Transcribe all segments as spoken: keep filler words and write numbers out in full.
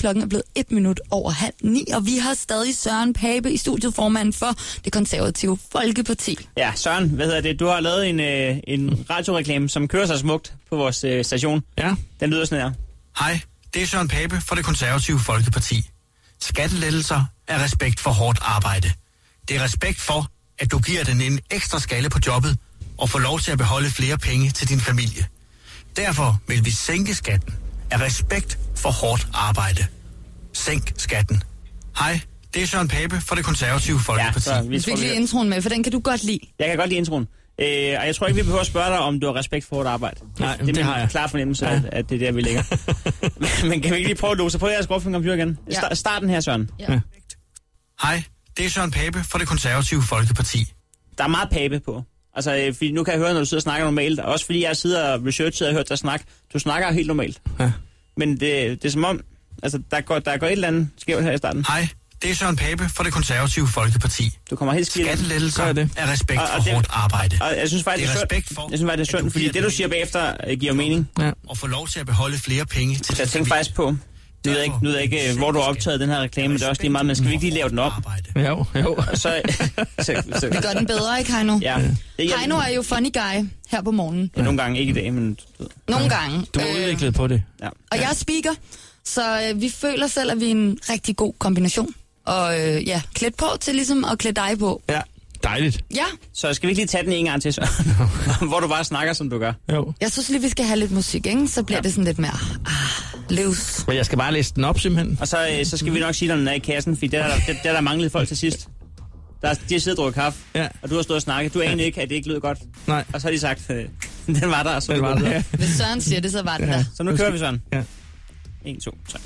Klokken er blevet et minut over halv ni, og vi har stadig Søren Pape i studiet, formanden for Det Konservative Folkeparti. Ja, Søren, hvad hedder det? Du har lavet en, øh, en radioreklame, som kører sig smukt på vores øh, station. Ja. Den lyder sådan her. Hej, det er Søren Pape for Det Konservative Folkeparti. Skattelettelser er respekt for hårdt arbejde. Det er respekt for, at du giver den en ekstra skalle på jobbet og får lov til at beholde flere penge til din familie. Derfor vil vi sænke skatten af respekt for hårdt arbejde. Sænk skatten. Hej, det er Søren Pape for Det Konservative Folkeparti. Ja, vi, vi fik lige introen med, for den kan du godt lide. Jeg kan godt lide introen. Øh, og jeg tror ikke, vi behøver at spørge dig, om du har respekt for hårdt arbejde. Nej, det, det, det har jeg. Klar fornemmelse af, at det er der, vi ligger. men, men kan vi ikke lige prøve at låse på jeres computer igen? Ja. Sta- starten her, Søren. Ja. Hej, det er Søren Pape for Det Konservative Folkeparti. Der er meget pape på. Altså, øh, fordi nu kan jeg høre, når du sidder og snakker normalt. Og også fordi jeg sidder og researcher og har hørt dig snakke. Du snakker helt normalt. Ja. Men det, det er som om, altså, der går, der går et eller andet skævt her i starten. Hej, det er Søren Pape for Det Konservative Folkeparti. Du kommer helt skidt. Skattelettelser er respekt Og- og for det- hårdt arbejde. Og jeg synes faktisk, Det er det er respekt synd, for, jeg synes faktisk, det er at synd, du fordi giver det, du den siger bagefter, øh, giver mening. Ja. Og få lov til at beholde flere penge til Så jeg din tænkte familie. faktisk på, nu ved jeg ikke, nu ved jeg ikke øh, hvor du har optaget den her reklame, men det er også lige meget, men skal vi ikke lige lave den op? Jo, jo. Og så, så, så, Vi gør den bedre, ikke Heino? ja, det er Heino er jo funny guy her på morgenen. ja, nogle gange, ikke i dag, men du ved. Nogle gange. Du er Øh, udviklet på det. Ja. Og jeg er speaker, så øh, vi føler selv, at vi er en rigtig god kombination. Og øh, ja, klædt på til ligesom at klæde dig på. Ja, dejligt. Ja, Så skal vi ikke lige tage den en gang til, så? Hvor du bare snakker, som du gør. Jo. jeg synes lige, vi skal have lidt musik, ikke? Så bliver ja. det sådan lidt mere ah, løs. Men jeg skal bare læse den op, simpelthen. Og så, øh, så skal vi nok sige, når den er i kassen, fordi der er der, der, der, der manglet folk til sidst. Der er, de har siddet og drukket kaffe, Ja. og du har stået og snakket. Du anede ikke, at det ikke lød godt. Nej. Og så har de sagt, øh, den var der, og så Den er var det der, videre. ja. Hvis Søren siger det, så var den Ja. der. Så nu kører vi sådan. Ja. en, to, tre.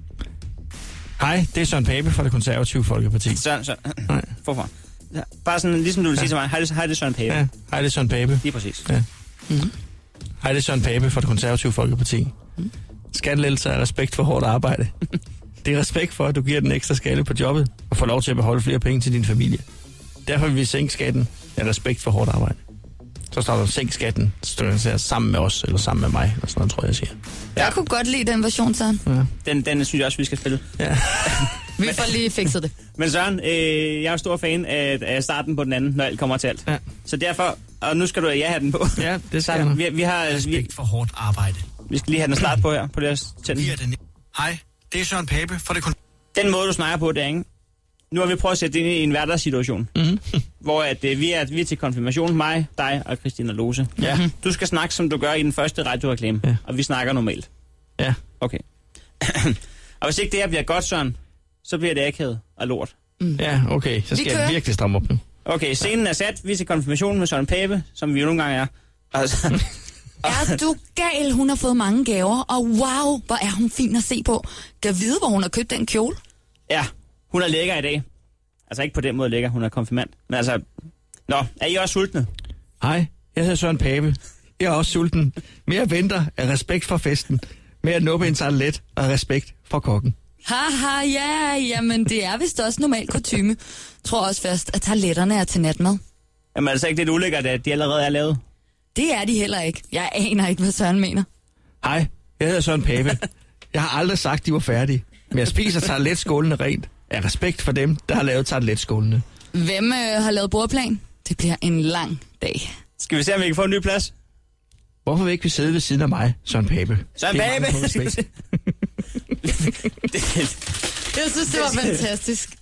Hej, det er Søren Pape fra Det Konservative Folkeparti. Søren, Søren. Nej. Forfra. Ja, bare sådan, ligesom du vil sige til mig. Hej, det, hej, det er Søren Pape. Ja, hej, det er Søren Pape. Lige præcis. Ja. Mm-hmm. Hej, det er Søren Pape fra Det Konservative Folkeparti. Mm. Skattelettelser er respekt for hårdt arbejde. Det er respekt for, at du giver den ekstra skalle på jobbet og får lov til at beholde flere penge til din familie. Derfor vil vi sænke skatten af respekt for hårdt arbejde. Så står der, sænk skatten, så står der sammen med os, eller sammen med mig, eller sådan noget, tror jeg, jeg siger. Jeg kunne godt lide den version, Søren. Ja. Den, den synes jeg også, vi skal spille. Ja. Vi får lige fikset det. Men Søren, øh, jeg er jo stor fan af, af starten på den anden, når alt kommer til alt. Ja. Så derfor, og nu skal du ja have den på. Ja, det skal Så, jeg. vi, vi, har, vi, Respekt for hårdt arbejde. vi skal lige have den start på her, på deres tænd. Den... Hej, det er Søren Pape fra Det Konservative. Den måde, du snakker på, det er, ikke? Nu har vi prøvet at sætte det ind i en hverdagssituation, Mm-hmm. hvor at, øh, vi, er, vi er til konfirmation, mig, dig og Christina Lose. Ja. Du skal snakke, som du gør i den første radioreklame, Ja. og vi snakker normalt. Ja. Okay. Og hvis ikke det her bliver godt, Søren, så bliver det akavet og lort. Ja, okay. Så skal Vi kører. jeg virkelig stramme op nu. Okay, scenen er sat. Vi er til konfirmation med Søren Pape, som vi jo nogle gange er. Altså, Er du gal? Hun har fået mange gaver, og wow, hvor er hun fin at se på. Kan vide, hvor hun har købt den kjole? ja, hun er lækker i dag. Altså ikke på den måde lækker, hun er konfirmand. Men altså, nå, er I også sultne? Hej, jeg hedder Søren Pape. Jeg er også sulten. Mere venter af respekt for festen. Med at nuppe en tartelet og respekt for kokken. Haha, ja, jamen det er vist også normal kutyme. Tror også først, at tarteletterne er til natmad. Jamen altså ikke lidt ulækkert, at de allerede er lavet. Det er de heller ikke. Jeg aner ikke, hvad Søren mener. Hej, jeg hedder Søren Pape. Jeg har aldrig sagt, de var færdige. Men jeg spiser tarteletskålene rent. Af respekt for dem, der har lavet tarteletskålene. Hvem øh, har lavet bordplan? Det bliver en lang dag. Skal vi se, om vi kan få en ny plads? Hvorfor vil ikke vi sidde ved siden af mig, Søren Pape? Søren Det er Pape! mangel på respekt. det, Jeg synes, det var fantastisk.